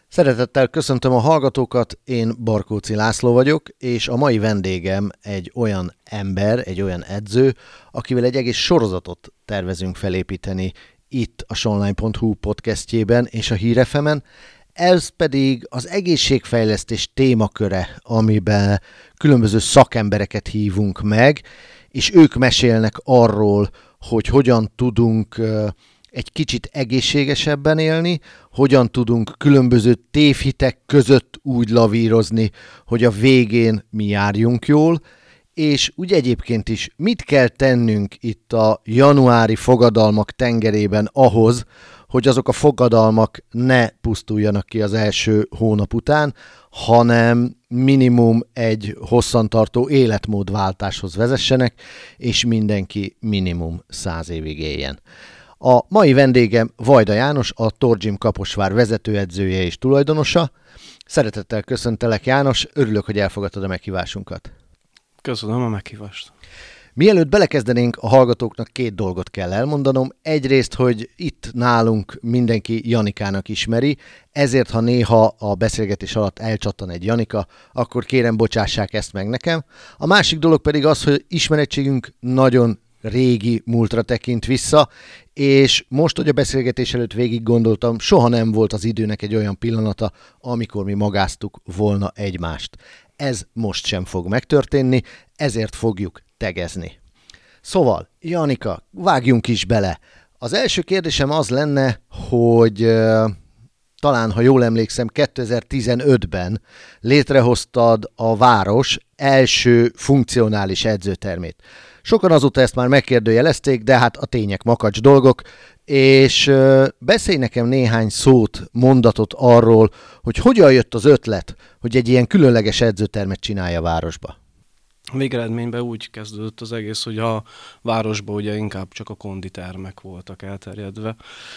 Szeretettel köszöntöm a hallgatókat, én Barkóczy László vagyok, és a mai vendégem egy olyan ember, egy olyan edző, akivel egy egész sorozatot tervezünk felépíteni itt a sonline.hu podcastjében és a Hír FM-en. Ez pedig az egészségfejlesztés témaköre, amiben különböző szakembereket hívunk meg, és ők mesélnek arról, hogy hogyan tudunk egy kicsit egészségesebben élni, hogyan tudunk különböző tévhitek között úgy lavírozni, hogy a végén mi járjunk jól, és úgy egyébként is mit kell tennünk itt a januári fogadalmak tengerében ahhoz, hogy azok a fogadalmak ne pusztuljanak ki az első hónap után, hanem minimum egy hosszantartó életmódváltáshoz vezessenek, és mindenki minimum 100 évig éljen. A mai vendégem Vajda János, a Torgym Kaposvár vezetőedzője és tulajdonosa. Szeretettel köszöntelek, János, örülök, hogy elfogadtad a meghívásunkat. Köszönöm a meghívást. Mielőtt belekezdenénk, a hallgatóknak 2 dolgot kell elmondanom. Egyrészt, hogy itt nálunk mindenki Janikának ismeri, ezért ha néha a beszélgetés alatt elcsattan egy Janika, akkor kérem bocsássák ezt meg nekem. A másik dolog pedig az, hogy ismerettségünk nagyon régi múltra tekint vissza, és most, hogy a beszélgetés előtt végig gondoltam, soha nem volt az időnek egy olyan pillanata, amikor mi magáztuk volna egymást. Ez most sem fog megtörténni, ezért fogjuk tegezni. Szóval, Janika, vágjunk is bele. Az első kérdésem az lenne, hogy talán, ha jól emlékszem, 2015-ben létrehoztad a város első funkcionális edzőtermét. Sokan azóta ezt már megkérdőjelezték, de hát a tények makacs dolgok, és beszélj nekem néhány szót, mondatot arról, hogy hogyan jött az ötlet, hogy egy ilyen különleges edzőtermet csinálja a városba. Végeredményben úgy kezdődött az egész, hogy a városban ugye inkább csak a konditermek voltak elterjedve,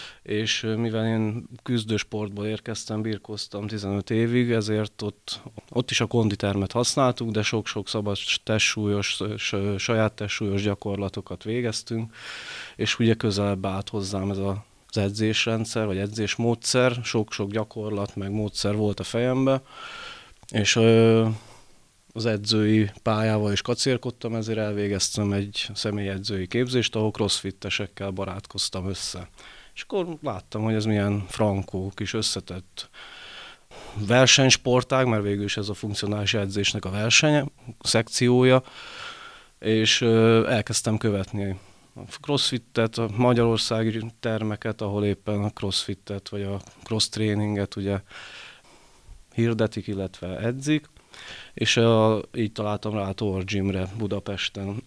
és mivel én küzdősportból érkeztem, birkóztam 15 évig, ezért ott is a konditermet használtuk, de sok-sok szabad testsúlyos, saját testsúlyos gyakorlatokat végeztünk, és ugye közelebb állt hozzám ez az edzésrendszer, vagy edzésmódszer, sok-sok gyakorlat, meg módszer volt a fejembe, és az edzői pályával is kacérkodtam, ezért elvégeztem egy személyedzői képzést, ahol crossfittesekkel barátkoztam össze. És akkor láttam, hogy ez milyen frankó, kis összetett versenysportág, mert végül is ez a funkcionális edzésnek a verseny szekciója, és elkezdtem követni a crossfittet, a magyarországi termeket, ahol éppen a crossfittet vagy a cross tréninget ugye hirdetik, illetve edzik, és így találtam rá a Torgymre Budapesten.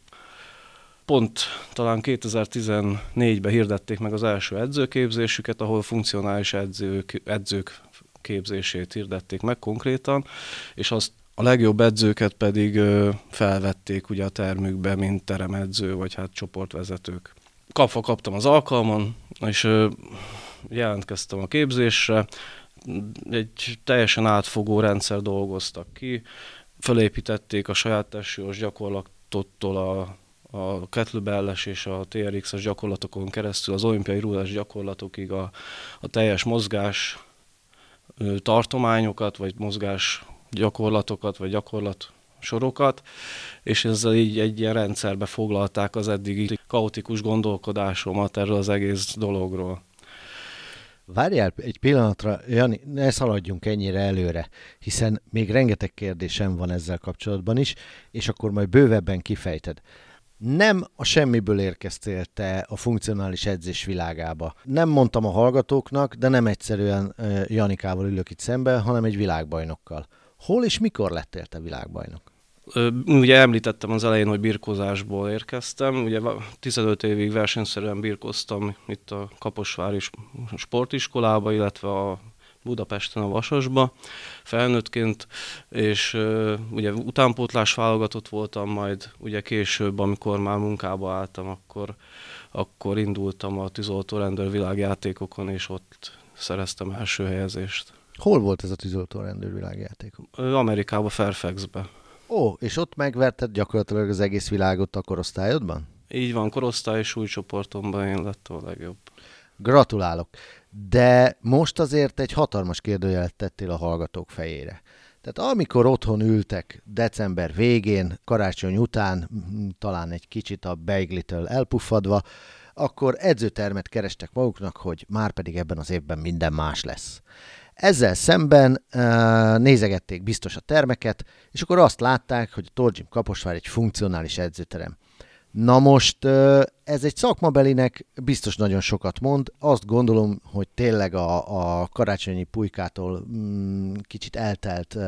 Pont talán 2014-ben hirdették meg az első edzőképzésüket, ahol funkcionális edzők képzését hirdették meg konkrétan, és azt a legjobb edzőket pedig felvették ugye a termükbe, mint teremedző, vagy hát csoportvezetők. Kaptam az alkalmon, és jelentkeztem a képzésre, egy teljesen átfogó rendszer dolgoztak ki, felépítették a saját testsúlyos gyakorlatottól a kettlebell-es és a TRX-es gyakorlatokon keresztül az olimpiai rúdás gyakorlatokig a teljes mozgás tartományokat, vagy mozgás gyakorlatokat, vagy gyakorlatsorokat, és ezzel így egy ilyen rendszerbe foglalták az eddigi kaotikus gondolkodásomat erről az egész dologról. Várjál egy pillanatra, Jani, ne szaladjunk ennyire előre, hiszen még rengeteg kérdésem van ezzel kapcsolatban is, és akkor majd bővebben kifejted. Nem a semmiből érkeztél te a funkcionális edzés világába. Nem mondtam a hallgatóknak, de nem egyszerűen Janikával ülök itt szembe, hanem egy világbajnokkal. Hol és mikor lettél te világbajnok? Ugye említettem az elején, hogy birkózásból érkeztem. Ugye 15 évig versenyszerűen birkóztam itt a Kaposvári sportiskolába, illetve a Budapesten a Vasasba felnőttként, és ugye utánpótlás válogatott voltam, majd ugye később, amikor már munkába álltam, akkor indultam a tűzoltórendőr világjátékokon, és ott szereztem első helyezést. Hol volt ez a tűzoltórendőr világjátékok? Amerikában, Fairfaxbe. Ó, és ott megverted gyakorlatilag az egész világot a korosztályodban? Így van, korosztály súlycsoportomban én lettem a legjobb. Gratulálok. De most azért egy hatalmas kérdőjelet tettél a hallgatók fejére. Tehát amikor otthon ültek december végén, karácsony után, talán egy kicsit a beiglitől elpuffadva, akkor edzőtermet kerestek maguknak, hogy már pedig ebben az évben minden más lesz. Ezzel szemben nézegették biztos a termeket, és akkor azt látták, hogy a Tor Gym Kaposvár egy funkcionális edzőterem. Na most ez egy szakmabelinek biztos nagyon sokat mond. Azt gondolom, hogy tényleg a karácsonyi pulykától kicsit eltelt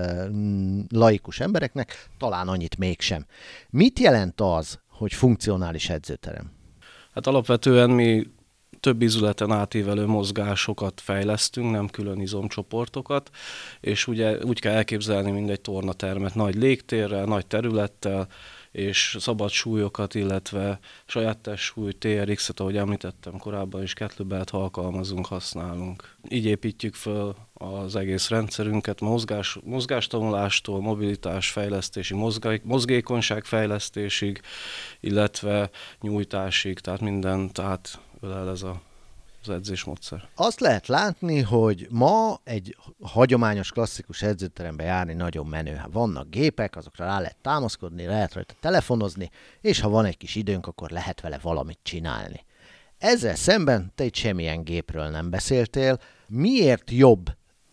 laikus embereknek talán annyit mégsem. Mit jelent az, hogy funkcionális edzőterem? Hát alapvetően mi több ízületen átívelő mozgásokat fejlesztünk, nem külön izomcsoportokat, és ugye úgy kell elképzelni, mint egy tornatermet nagy légtérrel, nagy területtel, és szabad súlyokat, illetve saját testsúly, TRX-et, ahogy említettem korábban is, kettlebelt alkalmazunk, használunk. Így építjük föl az egész rendszerünket, mozgástanulástól, mobilitás fejlesztésig, mozgékonyság fejlesztésig, illetve nyújtásig, tehát mindent átölel ez az edzésmódszer. Azt lehet látni, hogy ma egy hagyományos, klasszikus edzőterembe járni nagyon menő. Vannak gépek, azokra rá lehet támaszkodni, lehet rajta telefonozni, és ha van egy kis időnk, akkor lehet vele valamit csinálni. Ezzel szemben te itt semmilyen gépről nem beszéltél. Miért jobb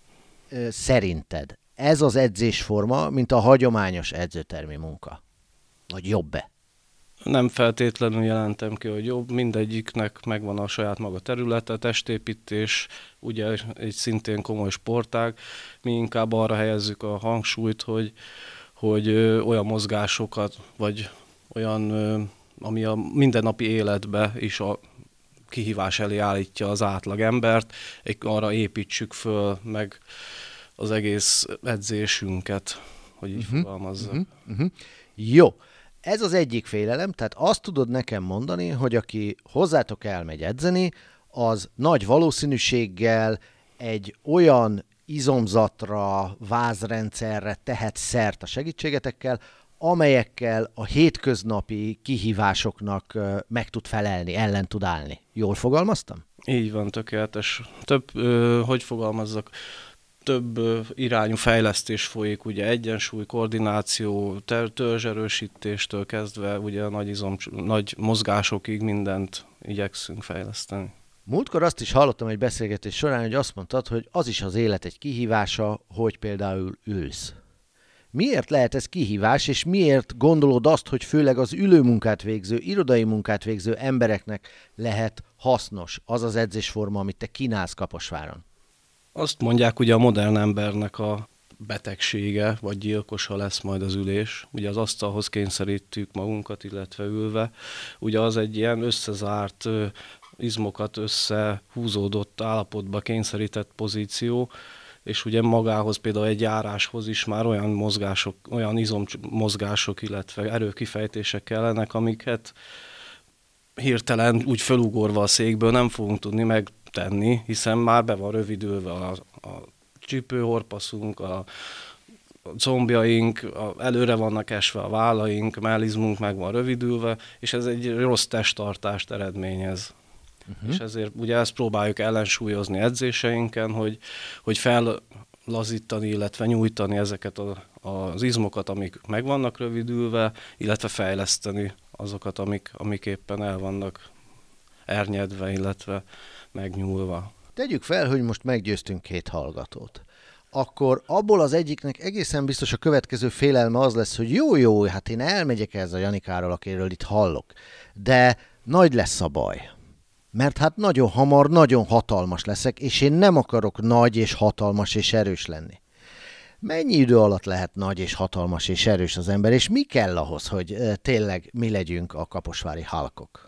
szerinted ez az edzésforma, mint a hagyományos edzőtermi munka? Vagy jobb-e? Nem feltétlenül jelentem ki, hogy jobb, mindegyiknek megvan a saját maga területe, testépítés, ugye egy szintén komoly sportág, mi inkább arra helyezzük a hangsúlyt, hogy olyan mozgásokat, vagy olyan, ami a mindennapi életbe is a kihívás elé állítja az átlagembert, arra építsük föl meg az egész edzésünket, hogy így fogalmazzak. Jó. Ez az egyik félelem, tehát azt tudod nekem mondani, hogy aki hozzátok elmegy edzeni, az nagy valószínűséggel egy olyan izomzatra, vázrendszerre tehet szert a segítségetekkel, amelyekkel a hétköznapi kihívásoknak meg tud felelni, ellen tud állni. Jól fogalmaztam? Így van, tökéletes. Hogy fogalmazzak, több irányú fejlesztés folyik, ugye egyensúly, koordináció, törzserősítéstől kezdve ugye a nagy mozgásokig mindent igyekszünk fejleszteni. Múltkor azt is hallottam egy beszélgetés során, hogy azt mondtad, hogy az is az élet egy kihívása, hogy például ülsz. Miért lehet ez kihívás, és miért gondolod azt, hogy főleg az ülőmunkát végző, irodai munkát végző embereknek lehet hasznos az az edzésforma, amit te kínálsz Kaposváron? Azt mondják, ugye a modern embernek a betegsége, vagy gyilkosa lesz majd az ülés. Ugye az asztalhoz kényszerítjük magunkat, illetve ülve. Ugye az egy ilyen összezárt, izmokat összehúzódott állapotba kényszerített pozíció, és ugye magához például egy járáshoz is már olyan mozgások, olyan izommozgások, illetve erőkifejtések kellenek, amiket hirtelen úgy fölugorva a székből nem fogunk tudni megtenni, hiszen már be van rövidülve a csípőhorpaszunk, a combjaink, előre vannak esve a vállaink, mellizmunk meg van rövidülve, és ez egy rossz testtartást eredményez. És ezért ugye ezt próbáljuk ellensúlyozni edzéseinken, hogy fellazítani, illetve nyújtani ezeket az izmokat, amik meg vannak rövidülve, illetve fejleszteni azokat, amik éppen el vannak ernyedve, illetve megnyúlva. Tegyük fel, hogy most meggyőztünk 2 hallgatót. Akkor abból az egyiknek egészen biztos a következő félelme az lesz, hogy jó, hát én elmegyek ez a Janikáról, akiről itt hallok, de nagy lesz a baj. Mert hát nagyon hamar, nagyon hatalmas leszek, és én nem akarok nagy és hatalmas és erős lenni. Mennyi idő alatt lehet nagy és hatalmas és erős az ember, és mi kell ahhoz, hogy tényleg mi legyünk a kaposvári Hulkok?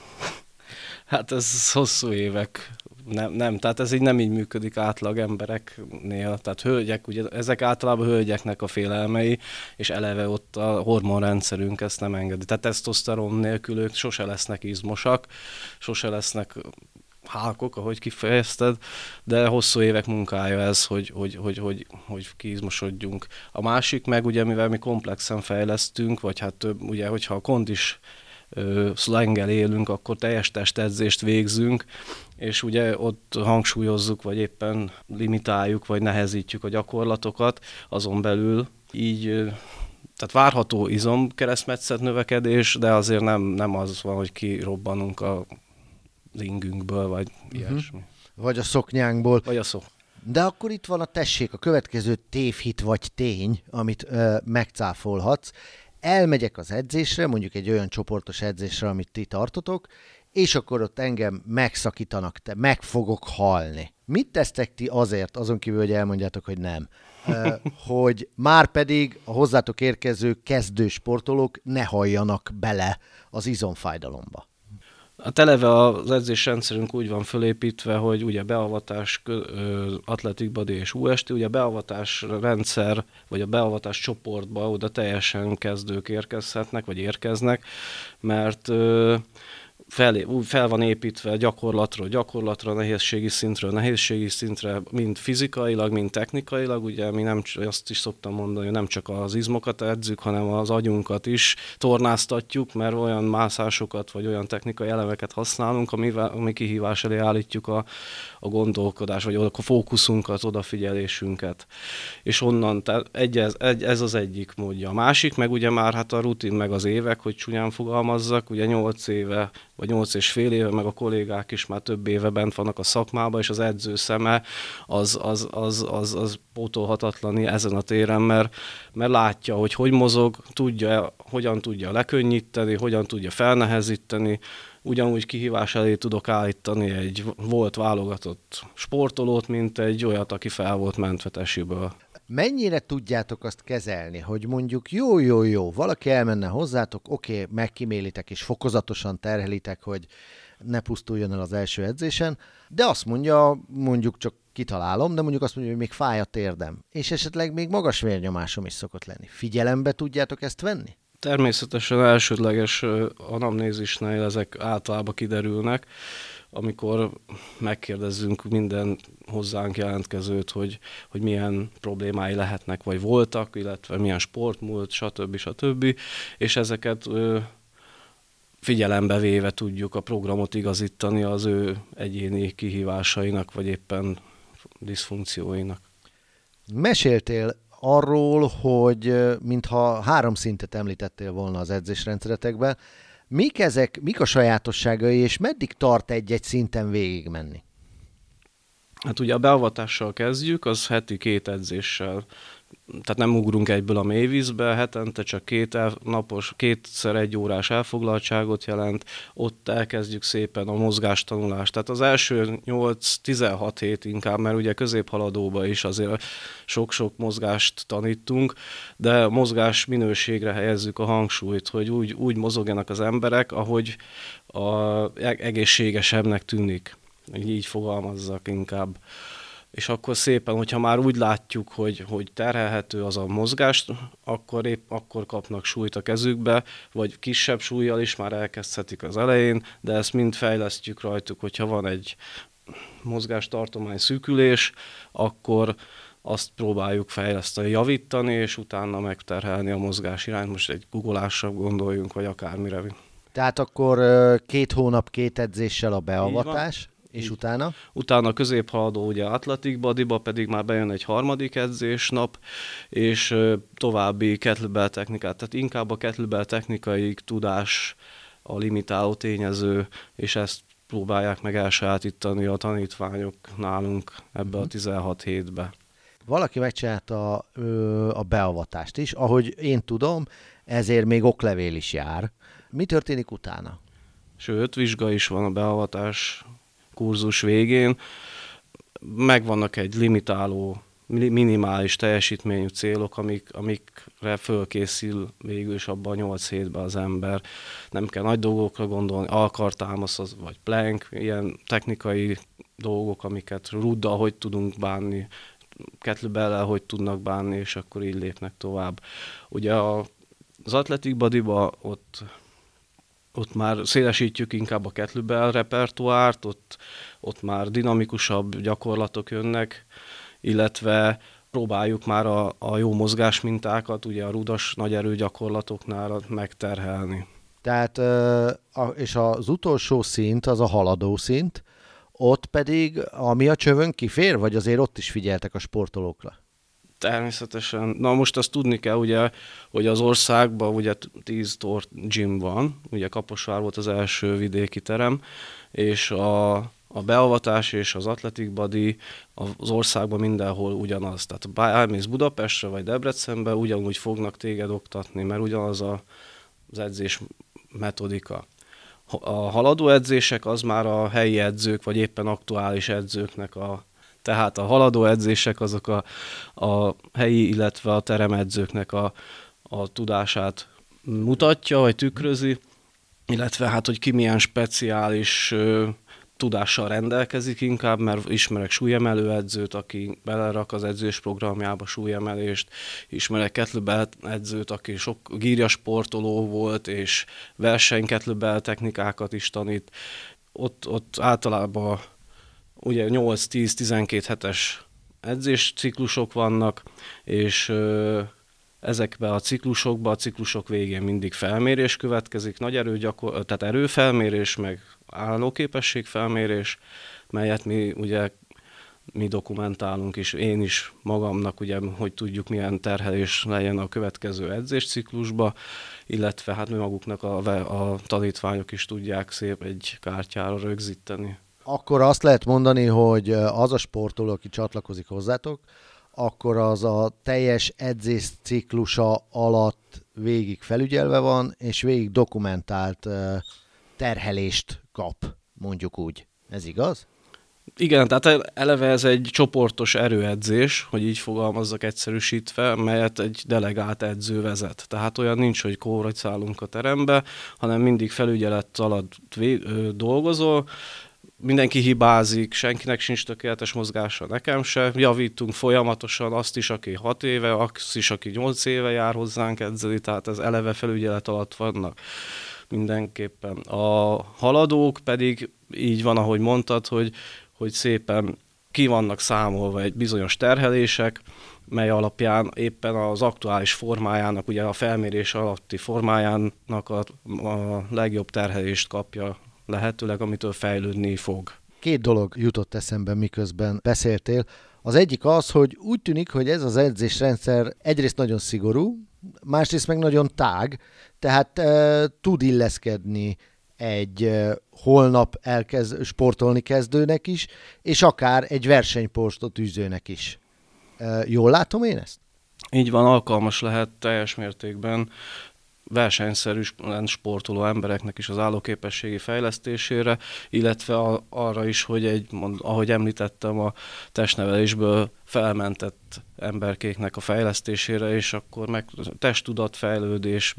Hát ez hosszú évek. Nem, tehát ez így nem így működik átlag embereknél. Tehát hölgyek, ugye ezek általában hölgyeknek a félelmei, és eleve ott a hormonrendszerünk ezt nem engedi. Tehát tesztoszteron nélkül ők sose lesznek izmosak, sose lesznek Hulkok, ahogy kifejezted, de hosszú évek munkája ez, hogy kiizmosodjunk. A másik meg ugye, mivel mi komplexen fejlesztünk, vagy hát ugye, hogyha a kondis szlenggel élünk, akkor teljes testedzést végzünk, és ugye ott hangsúlyozzuk, vagy éppen limitáljuk, vagy nehezítjük a gyakorlatokat azon belül. Így tehát várható izomkeresztmetszet növekedés, de azért nem az van, hogy kirobbanunk a ingünkből, vagy ilyesmi. Vagy a szoknyánkból. Vagy a szok. De akkor itt van a következő tévhit vagy tény, amit megcáfolhatsz. Elmegyek az edzésre, mondjuk egy olyan csoportos edzésre, amit ti tartotok, és akkor ott engem megszakítanak, meg fogok halni. Mit tesztek ti azért, azon kívül, hogy elmondjátok, hogy nem, hogy már pedig a hozzátok érkező kezdő sportolók ne halljanak bele az izomfájdalomba? Hát eleve az edzésrendszerünk úgy van fölépítve, hogy ugye beavatás, Athletic Body és UST, ugye a beavatás rendszer, vagy a beavatás csoportba oda teljesen kezdők érkezhetnek, vagy érkeznek, mert fel van építve gyakorlatra, nehézségi szintre, mind fizikailag, mind technikailag. Ugye mi nem, azt is szoktam mondani, hogy nem csak az izmokat edzük, hanem az agyunkat is tornáztatjuk, mert olyan mászásokat, vagy olyan technikai elemeket használunk, ami kihívás elé állítjuk a gondolkodás, vagy a fókuszunkat, odafigyelésünket. És onnan, ez az egyik módja. A másik, meg ugye már hát a rutin, meg az évek, hogy csúnyán fogalmazzak, ugye 8 éve, vagy 8 és fél éve, meg a kollégák is már több éve bent vannak a szakmában, és az edző szeme az pótolhatatlan ezen a téren, mert látja, hogy mozog, hogyan tudja lekönnyíteni, hogyan tudja felnehezíteni. Ugyanúgy kihívás elé tudok állítani egy volt válogatott sportolót, mint egy olyat, aki fel volt mentve tesiből. Mennyire tudjátok azt kezelni, hogy mondjuk jó, valaki elmenne hozzátok, oké, megkímélitek és fokozatosan terhelitek, hogy ne pusztuljon el az első edzésen, de azt mondja, mondjuk csak kitalálom, de mondjuk azt mondja, hogy még fáj a térdem, és esetleg még magas vérnyomásom is szokott lenni. Figyelembe tudjátok ezt venni? Természetesen elsődleges anamnézisnél ezek általában kiderülnek, amikor megkérdezzünk minden hozzánk jelentkezőt, hogy milyen problémái lehetnek, vagy voltak, illetve milyen sportmúlt, stb. És ezeket figyelembe véve tudjuk a programot igazítani az ő egyéni kihívásainak, vagy éppen diszfunkcióinak. Meséltél arról, hogy mintha 3 szintet említettél volna az edzésrendszeretekben. Mik a sajátosságai, és meddig tart egy-egy szinten végigmenni? Hát ugye a beavatással kezdjük, az heti 2 edzéssel. Tehát nem ugrunk egyből a mélyvízbe, hetente csak 2 napos, 2x 1 órás elfoglaltságot jelent, ott elkezdjük szépen a mozgástanulást. Tehát az első 8-16 hét inkább, mert ugye középhaladóba is azért sok-sok mozgást tanítunk, de mozgás minőségre helyezzük a hangsúlyt, hogy úgy mozogjanak az emberek, ahogy egészségesebbnek tűnik. Így fogalmazzak inkább. És akkor szépen, hogyha már úgy látjuk, hogy terhelhető az a mozgást, akkor kapnak súlyt a kezükbe, vagy kisebb súlyjal is már elkezdhetik az elején, de ezt mind fejlesztjük rajtuk, hogyha van egy mozgástartomány szűkülés, akkor azt próbáljuk fejleszteni, javítani, és utána megterhelni a mozgás irányt. Most egy googolásra gondoljunk, vagy akármire. Tehát akkor 2 hónap 2 edzéssel a beavatás. És utána? Utána a középhaladó ugye Athletic Bodyba pedig már bejön egy 3. edzésnap, és további kettlebell technikát, tehát inkább a kettlebell technikai tudás a limitáló tényező, és ezt próbálják meg elsajátítani a tanítványok nálunk ebbe a 16 hétbe. Valaki megcsinálta a beavatást is, ahogy én tudom, ezért még oklevél is jár. Mi történik utána? Sőt, vizsga is van a beavatás kurzus végén. Megvannak egy limitáló, minimális teljesítményű célok, amikre fölkészül végül is abban a 8 hétben az ember. Nem kell nagy dolgokra gondolni, alkartámasz vagy plank, ilyen technikai dolgok, amiket ruddal hogy tudunk bánni, kettlebell-el hogy tudnak bánni, és akkor így lépnek tovább. Ugye az Athletic Bodyba ott már szélesítjük inkább a kettlebell repertoárt, ott már dinamikusabb gyakorlatok jönnek, illetve próbáljuk már a jó mozgásmintákat, ugye a rudas nagy erő gyakorlatoknál megterhelni. Tehát, és az utolsó szint, az a haladó szint, ott pedig, ami a csövön kifér, vagy azért ott is figyeltek a sportolókra? Természetesen. Na most azt tudni kell, ugye, hogy az országban ugye 10 torz gym van, ugye Kaposvár volt az első vidéki terem, és a beavatás és az athletic body az országban mindenhol ugyanaz. Tehát elmész Budapestre vagy Debrecenbe, ugyanúgy fognak téged oktatni, mert ugyanaz az edzés metodika. A haladó edzések az már a helyi edzők, vagy éppen aktuális edzőknek tehát a haladó edzések azok a helyi, illetve a teremedzőknek a tudását mutatja, vagy tükrözi, illetve hát, hogy ki milyen speciális tudással rendelkezik inkább, mert ismerek súlyemelő edzőt, aki belerak az edzős programjába súlyemelést, ismerek kettlebell edzőt, aki sok gírjasportoló volt, és versenykettlebell technikákat is tanít. Ott általában ugye 8-10-12 hetes edzésciklusok vannak, és ezekben a ciklusok végén mindig felmérés következik, nagy tehát erőfelmérés, meg állóképességfelmérés, melyet mi dokumentálunk, és én is magamnak, ugye, hogy tudjuk milyen terhelés legyen a következő edzésciklusba, illetve hát mi maguknak a tanítványok is tudják szép egy kártyára rögzíteni. Akkor azt lehet mondani, hogy az a sportoló, aki csatlakozik hozzátok, akkor az a teljes edzés ciklusa alatt végig felügyelve van, és végig dokumentált terhelést kap, mondjuk úgy. Ez igaz? Igen, tehát eleve ez egy csoportos erőedzés, hogy így fogalmazzak egyszerűsítve, melyet egy delegált edző vezet. Tehát olyan nincs, hogy kóracálunk a terembe, hanem mindig felügyelet alatt dolgozol, mindenki hibázik, senkinek sincs tökéletes mozgása, nekem se. Javítunk folyamatosan azt is, aki 6 éve, azt is, aki 8 éve jár hozzánk edzeni, tehát ez eleve felügyelet alatt vannak mindenképpen. A haladók pedig így van, ahogy mondtad, hogy szépen ki vannak számolva egy bizonyos terhelések, mely alapján éppen az aktuális formájának, ugye a felmérés alatti formájának a legjobb terhelést kapja lehetőleg, amitől fejlődni fog. 2 dolog jutott eszembe, miközben beszéltél. Az egyik az, hogy úgy tűnik, hogy ez az edzésrendszer egyrészt nagyon szigorú, másrészt meg nagyon tág, tehát tud illeszkedni egy holnap sportolni kezdőnek is, és akár egy versenypostot űzőnek is. Jól látom én ezt? Így van, alkalmas lehet teljes mértékben versenyszerű sportoló embereknek is az állóképességi fejlesztésére, illetve arra is, hogy ahogy említettem, a testnevelésből felmentett emberkéknek a fejlesztésére, és akkor meg testtudatfejlődés,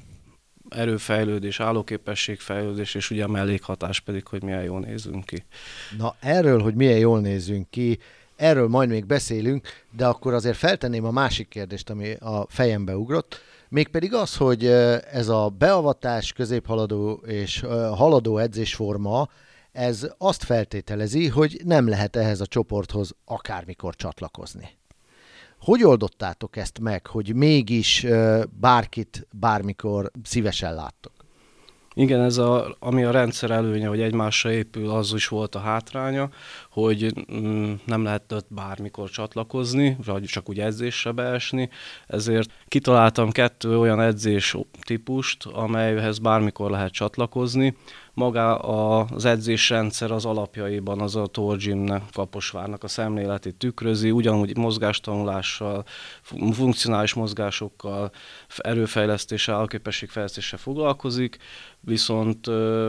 erőfejlődés, állóképességfejlődés, és ugye a mellékhatás pedig, hogy milyen jól nézünk ki. Na erről, hogy milyen jól nézünk ki, erről majd még beszélünk, de akkor azért feltenném a másik kérdést, ami a fejembe ugrott, mégpedig az, hogy ez a beavatás, középhaladó és haladó edzésforma, ez azt feltételezi, hogy nem lehet ehhez a csoporthoz akármikor csatlakozni. Hogy oldottátok ezt meg, hogy mégis bárkit bármikor szívesen láttok? Igen, ami a rendszer előnye, hogy egymásra épül, az is volt a hátránya, hogy nem lehetett bármikor csatlakozni, vagy csak úgy edzésre beesni, ezért kitaláltam 2 olyan edzés típust, amelyhez bármikor lehet csatlakozni. Maga az edzésrendszer az alapjaiban az a Tor Gymnek, Kaposvárnak a szemléletét tükrözi, ugyanúgy mozgástanulással, funkcionális mozgásokkal, erőfejlesztéssel, állóképességfejlesztéssel foglalkozik, viszont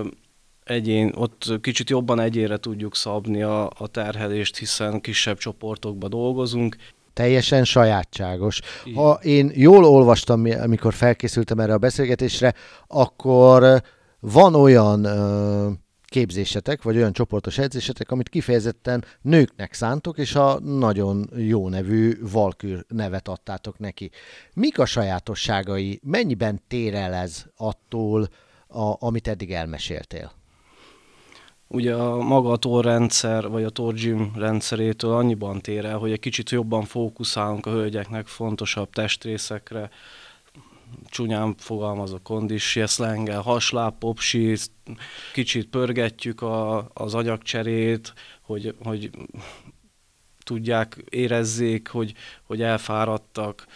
ott kicsit jobban egyénre tudjuk szabni a terhelést, hiszen kisebb csoportokba dolgozunk. Teljesen sajátságos. Ha én jól olvastam, amikor felkészültem erre a beszélgetésre, akkor van olyan képzésetek, vagy olyan csoportos edzésetek, amit kifejezetten nőknek szántok, és a nagyon jó nevű Valkür nevet adtátok neki. Mik a sajátosságai? Mennyiben tér el ez attól, amit eddig elmeséltél? Ugye maga a Tor rendszer, vagy a Tor Gym rendszerétől annyiban tér el, hogy egy kicsit jobban fókuszálunk a hölgyeknek fontosabb testrészekre, csúnyán fogalmazok, kondis szlenggel, hasláb, popsi, kicsit pörgetjük az anyagcserét, hogy tudják, érezzék, hogy elfáradtak.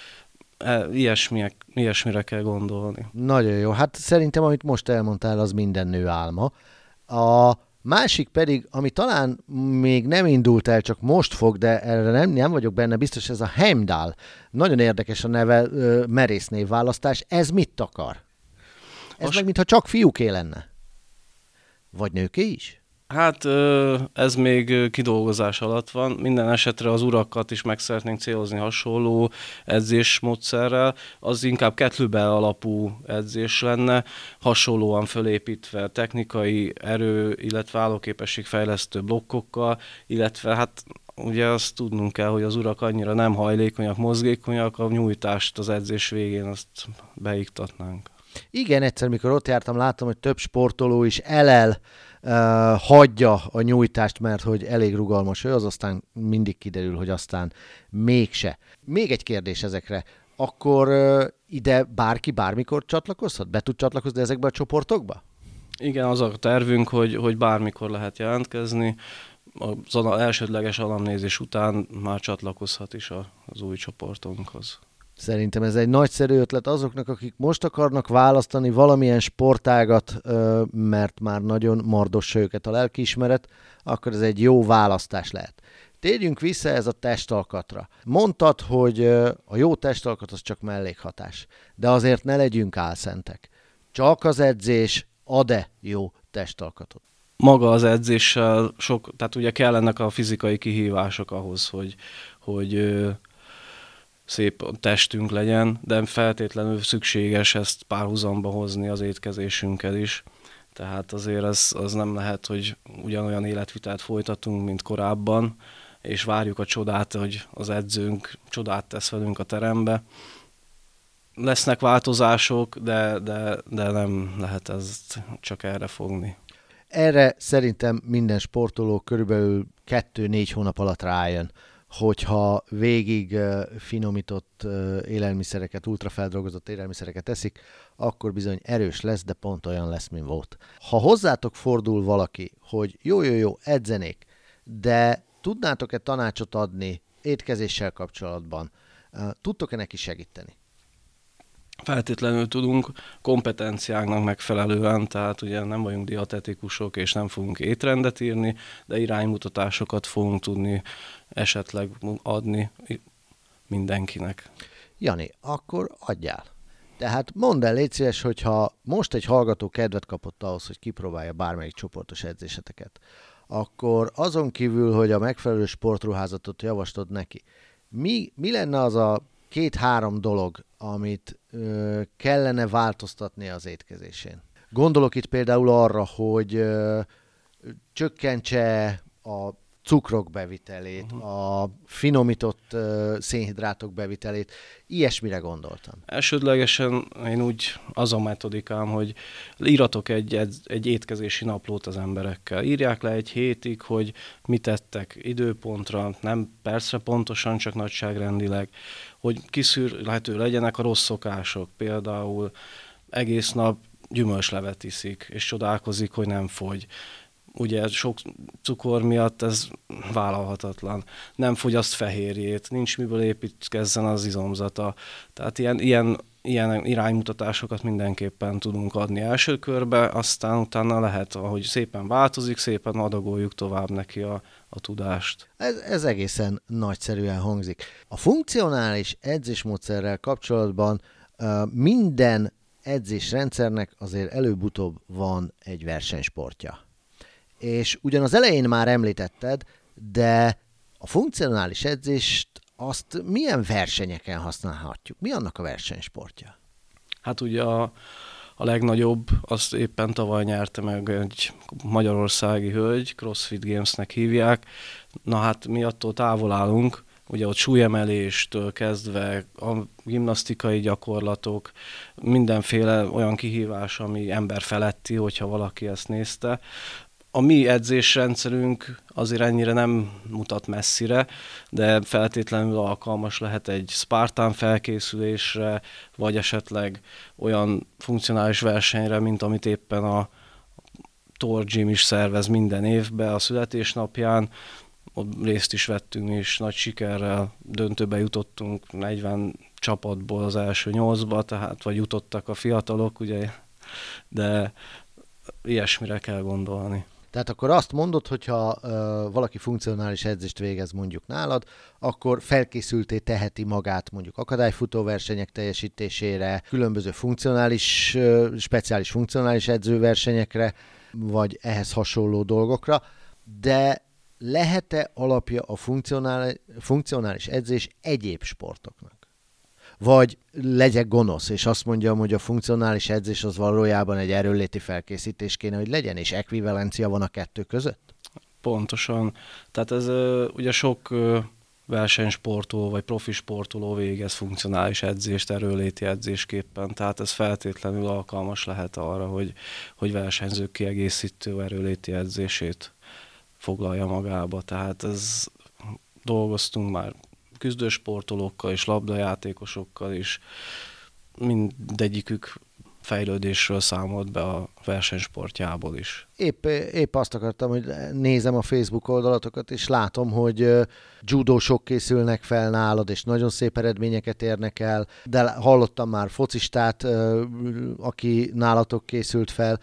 Ilyesmire kell gondolni. Nagyon jó. Hát szerintem, amit most elmondtál, az minden nő álma. A másik pedig, ami talán még nem indult el, csak most fog, de erre nem vagyok benne biztos, ez a Heimdall. Nagyon érdekes a neve, merész névválasztás. Ez mit akar? Ez meg mintha csak fiúké lenne. Vagy nőké is? Hát ez még kidolgozás alatt van. Minden esetre az urakat is meg szeretnénk célozni hasonló edzésmódszerrel. Az inkább kettlebell alapú edzés lenne, hasonlóan fölépítve technikai erő, illetve állóképességfejlesztő blokkokkal, illetve hát ugye azt tudnunk kell, hogy az urak annyira nem hajlékonyak, mozgékonyak, a nyújtást az edzés végén azt beiktatnánk. Igen, egyszer, mikor ott jártam, láttam, hogy több sportoló is hagyja a nyújtást, mert hogy elég rugalmas ő, az aztán mindig kiderül, hogy aztán mégse. Még egy kérdés ezekre. Akkor ide bárki bármikor csatlakozhat? Be tud csatlakozni ezekbe a csoportokba? Igen, az a tervünk, hogy bármikor lehet jelentkezni. Az elsődleges alamnézés után már csatlakozhat is az új csoportunkhoz. Szerintem ez egy nagyszerű ötlet azoknak, akik most akarnak választani valamilyen sportágat, mert már nagyon mardossa őket a lelkiismeret, akkor ez egy jó választás lehet. Térjünk vissza ez a testalkatra. Mondtad, hogy a jó testalkat az csak mellékhatás, de azért ne legyünk álszentek. Csak az edzés ad-e jó testalkatot? Maga az edzéssel tehát ugye kellenek a fizikai kihívások ahhoz, hogy szép testünk legyen, de feltétlenül szükséges ezt párhuzamba hozni az étkezésünkkel is. Tehát azért az nem lehet, hogy ugyanolyan életvitelt folytatunk, mint korábban, és várjuk a csodát, hogy az edzőnk csodát tesz velünk a terembe. Lesznek változások, de nem lehet ezt csak erre fogni. Erre szerintem minden sportoló körülbelül 2-4 hónap alatt rájön, hogyha végig finomított élelmiszereket, ultrafeldolgozott élelmiszereket eszik, akkor bizony erős lesz, de pont olyan lesz, mint volt. Ha hozzátok fordul valaki, hogy jó, edzenék, de tudnátok-e tanácsot adni étkezéssel kapcsolatban? Tudtok-e neki segíteni? Feltétlenül tudunk, kompetenciánknak megfelelően, tehát ugye nem vagyunk dietetikusok, és nem fogunk étrendet írni, de iránymutatásokat fogunk tudni esetleg adni mindenkinek. Jani, akkor adjál. Tehát mondd el, légy szíves, hogyha most egy hallgató kedvet kapott ahhoz, hogy kipróbálja bármelyik csoportos edzéseteket, akkor azon kívül, hogy a megfelelő sportruházatot javaslod neki, mi lenne az a 2-3 dolog, amit kellene változtatni az étkezésén? Gondolok itt például arra, hogy csökkentse a cukrok bevitelét, a finomított szénhidrátok bevitelét, ilyesmire gondoltam. Elsődlegesen én úgy az a metodikám, hogy íratok egy étkezési naplót az emberekkel. Írják le egy hétig, hogy mit tettek időpontra, nem percre pontosan, csak nagyságrendileg, hogy kiszűrhető legyenek a rossz szokások. Például egész nap gyümölcslevet iszik, és csodálkozik, hogy nem fogy. Ugye sok cukor miatt ez vállalhatatlan. Nem fogyaszt fehérjét, nincs miből építkezzen az izomzata. Tehát ilyen iránymutatásokat mindenképpen tudunk adni első körbe, aztán utána lehet, ahogy szépen változik, szépen adagoljuk tovább neki a tudást. Ez egészen nagyszerűen hangzik. A funkcionális edzésmódszerrel kapcsolatban minden edzésrendszernek azért előbb-utóbb van egy versenysportja. És ugyan az elején már említetted, de a funkcionális edzést azt milyen versenyeken használhatjuk? Mi annak a versenysportja? Hát ugye a legnagyobb, azt éppen tavaly nyerte meg egy magyarországi hölgy, CrossFit Gamesnek hívják. Na hát mi attól távol állunk, ugye ott súlyemeléstől kezdve a gimnasztikai gyakorlatok, mindenféle olyan kihívás, ami emberfeletti, hogyha valaki ezt nézte. A mi edzésrendszerünk azért ennyire nem mutat messzire, de feltétlenül alkalmas lehet egy Spartan felkészülésre, vagy esetleg olyan funkcionális versenyre, mint amit éppen a Tor Gym is szervez minden évben a születésnapján. Ott részt is vettünk, és nagy sikerrel döntőbe jutottunk 40 csapatból az első 8-ba, tehát vagy jutottak a fiatalok, ugye, de ilyesmire kell gondolni. Tehát akkor azt mondod, hogyha valaki funkcionális edzést végez mondjuk nálad, akkor felkészülté teheti magát mondjuk akadályfutó versenyek teljesítésére, különböző speciális funkcionális edzőversenyekre, vagy ehhez hasonló dolgokra, de lehet-e alapja a funkcionális edzés egyéb sportoknak? Vagy legyek gonosz, és azt mondjam, hogy a funkcionális edzés az valójában egy erőnléti felkészítés kéne, hogy legyen, és ekvivalencia van a kettő között? Pontosan. Tehát ez ugye sok versenysportoló vagy profi sportoló végez funkcionális edzést erőnléti edzésképpen, tehát ez feltétlenül alkalmas lehet arra, hogy versenyzők kiegészítő erőnléti edzését foglalja magába. Tehát dolgoztunk már küzdősportolókkal és labdajátékosokkal is, mindegyikük fejlődésről számolt be a versenysportjából is. Épp azt akartam, hogy nézem a Facebook oldalatokat, és látom, hogy judósok készülnek fel nálad, és nagyon szép eredményeket érnek el, de hallottam már focistát, aki nálatok készült fel,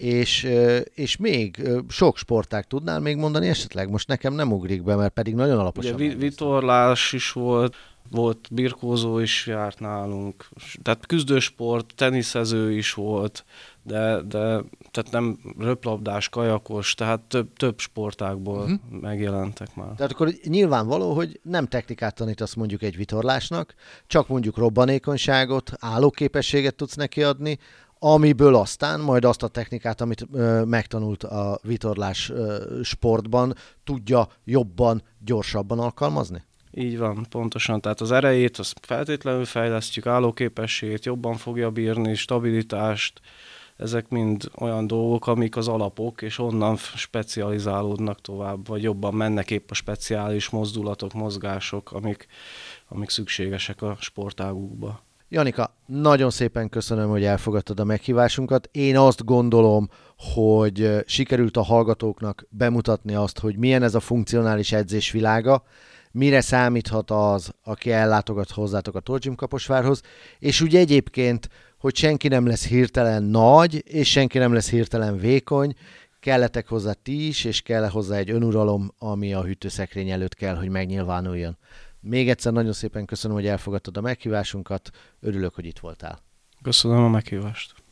és még sok sportág tudnál még mondani esetleg? Most nekem nem ugrik be, mert pedig nagyon alaposan. Ugye vitorlás is volt birkózó is járt nálunk, tehát küzdősport, teniszező is volt, de tehát nem röplabdás, kajakos, tehát több sportágból megjelentek már. Tehát akkor nyilvánvaló, hogy nem technikát tanítasz mondjuk egy vitorlásnak, csak mondjuk robbanékonyságot, állóképességet tudsz neki adni, amiből aztán majd azt a technikát, amit megtanult a vitorlás sportban, tudja jobban, gyorsabban alkalmazni? Így van, pontosan. Tehát az erejét azt feltétlenül fejlesztjük, állóképességét jobban fogja bírni, stabilitást, ezek mind olyan dolgok, amik az alapok, és onnan specializálódnak tovább, vagy jobban mennek épp a speciális mozdulatok, mozgások, amik szükségesek a sportágukba. Janika, nagyon szépen köszönöm, hogy elfogadtad a meghívásunkat. Én azt gondolom, hogy sikerült a hallgatóknak bemutatni azt, hogy milyen ez a funkcionális edzés világa, mire számíthat az, aki ellátogat hozzátok a Tor Gym Kaposvárhoz, és úgy egyébként, hogy senki nem lesz hirtelen nagy, és senki nem lesz hirtelen vékony, kelletek hozzá ti is, és kell hozzá egy önuralom, ami a hűtőszekrény előtt kell, hogy megnyilvánuljon. Még egyszer nagyon szépen köszönöm, hogy elfogadtad a meghívásunkat, örülök, hogy itt voltál. Köszönöm a meghívást.